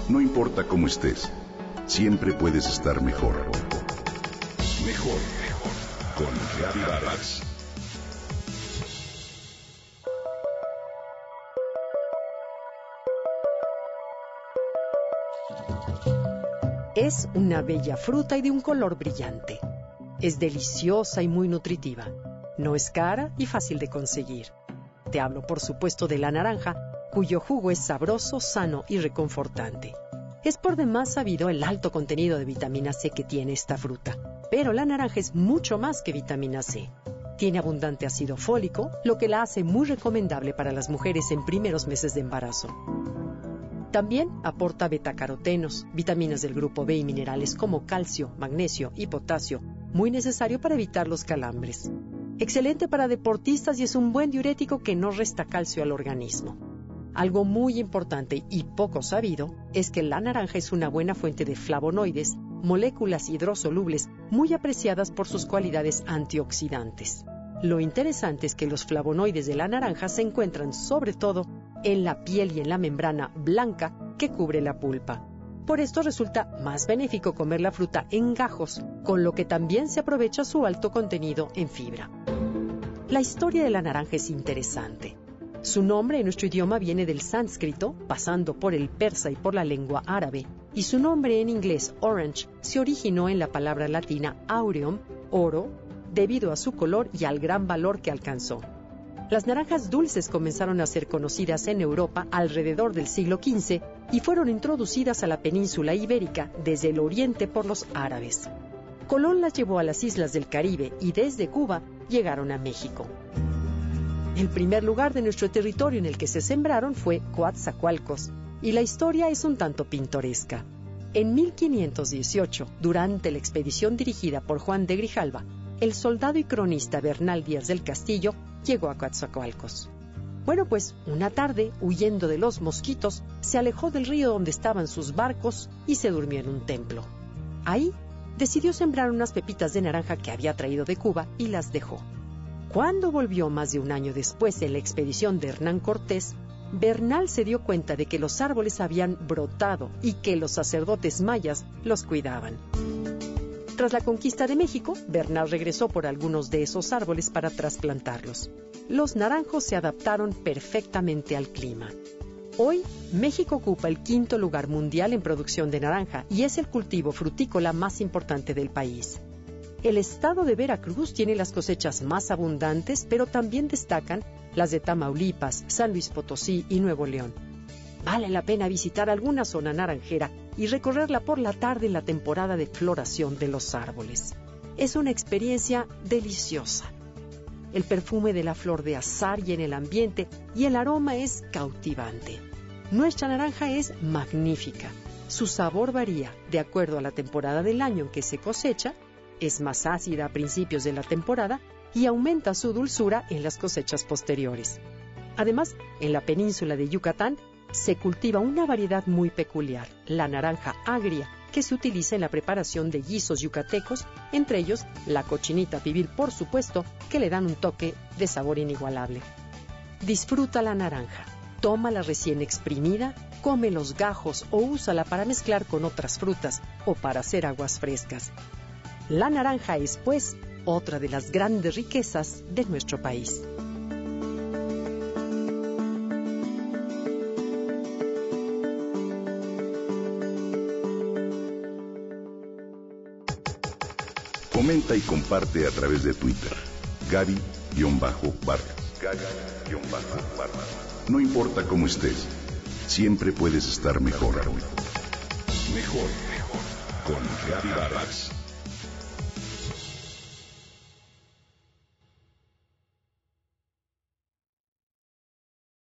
No importa cómo estés, siempre puedes estar mejor. Mejor, mejor. Con Gaby Vargas. Es una bella fruta y de un color brillante. Es deliciosa y muy nutritiva. No es cara y fácil de conseguir. Te hablo, por supuesto, de la naranja, cuyo jugo es sabroso, sano y reconfortante. Es por demás sabido el alto contenido de vitamina C que tiene esta fruta. Pero la naranja es mucho más que vitamina C. Tiene abundante ácido fólico, lo que la hace muy recomendable para las mujeres en primeros meses de embarazo. También aporta betacarotenos, vitaminas del grupo B y minerales como calcio, magnesio y potasio, muy necesario para evitar los calambres. Excelente para deportistas y es un buen diurético que no resta calcio al organismo. Algo muy importante y poco sabido es que la naranja es una buena fuente de flavonoides, moléculas hidrosolubles muy apreciadas por sus cualidades antioxidantes. Lo interesante es que los flavonoides de la naranja se encuentran sobre todo en la piel y en la membrana blanca que cubre la pulpa. Por esto resulta más benéfico comer la fruta en gajos, con lo que también se aprovecha su alto contenido en fibra. La historia de la naranja es interesante. Su nombre en nuestro idioma viene del sánscrito, pasando por el persa y por la lengua árabe, y su nombre en inglés, orange, se originó en la palabra latina aureum, oro, debido a su color y al gran valor que alcanzó. Las naranjas dulces comenzaron a ser conocidas en Europa alrededor del siglo XV y fueron introducidas a la península ibérica desde el oriente por los árabes. Colón las llevó a las islas del Caribe y desde Cuba llegaron a México. El primer lugar de nuestro territorio en el que se sembraron fue Coatzacoalcos, y la historia es un tanto pintoresca. En 1518, durante la expedición dirigida por Juan de Grijalva, el soldado y cronista Bernal Díaz del Castillo llegó a Coatzacoalcos. Bueno, pues una tarde, huyendo de los mosquitos, se alejó del río donde estaban sus barcos y se durmió en un templo. Ahí decidió sembrar unas pepitas de naranja que había traído de Cuba y las dejó. Cuando volvió más de un año después en la expedición de Hernán Cortés, Bernal se dio cuenta de que los árboles habían brotado y que los sacerdotes mayas los cuidaban. Tras la conquista de México, Bernal regresó por algunos de esos árboles para trasplantarlos. Los naranjos se adaptaron perfectamente al clima. Hoy, México ocupa el 5º lugar mundial en producción de naranja y es el cultivo frutícola más importante del país. El estado de Veracruz tiene las cosechas más abundantes, pero también destacan las de Tamaulipas, San Luis Potosí y Nuevo León. Vale la pena visitar alguna zona naranjera y recorrerla por la tarde en la temporada de floración de los árboles. Es una experiencia deliciosa. El perfume de la flor de azahar y en el ambiente y el aroma es cautivante. Nuestra naranja es magnífica. Su sabor varía de acuerdo a la temporada del año en que se cosecha. Es más ácida a principios de la temporada y aumenta su dulzura en las cosechas posteriores. Además, en la península de Yucatán se cultiva una variedad muy peculiar, la naranja agria, que se utiliza en la preparación de guisos yucatecos, entre ellos la cochinita pibil, por supuesto, que le dan un toque de sabor inigualable. Disfruta la naranja, tómala recién exprimida, come los gajos o úsala para mezclar con otras frutas o para hacer aguas frescas. La naranja es, pues, otra de las grandes riquezas de nuestro país. Comenta y comparte a través de Twitter. Gaby-Vargas. No importa cómo estés, siempre puedes estar mejor. Mejor, mejor. Con Gaby Vargas.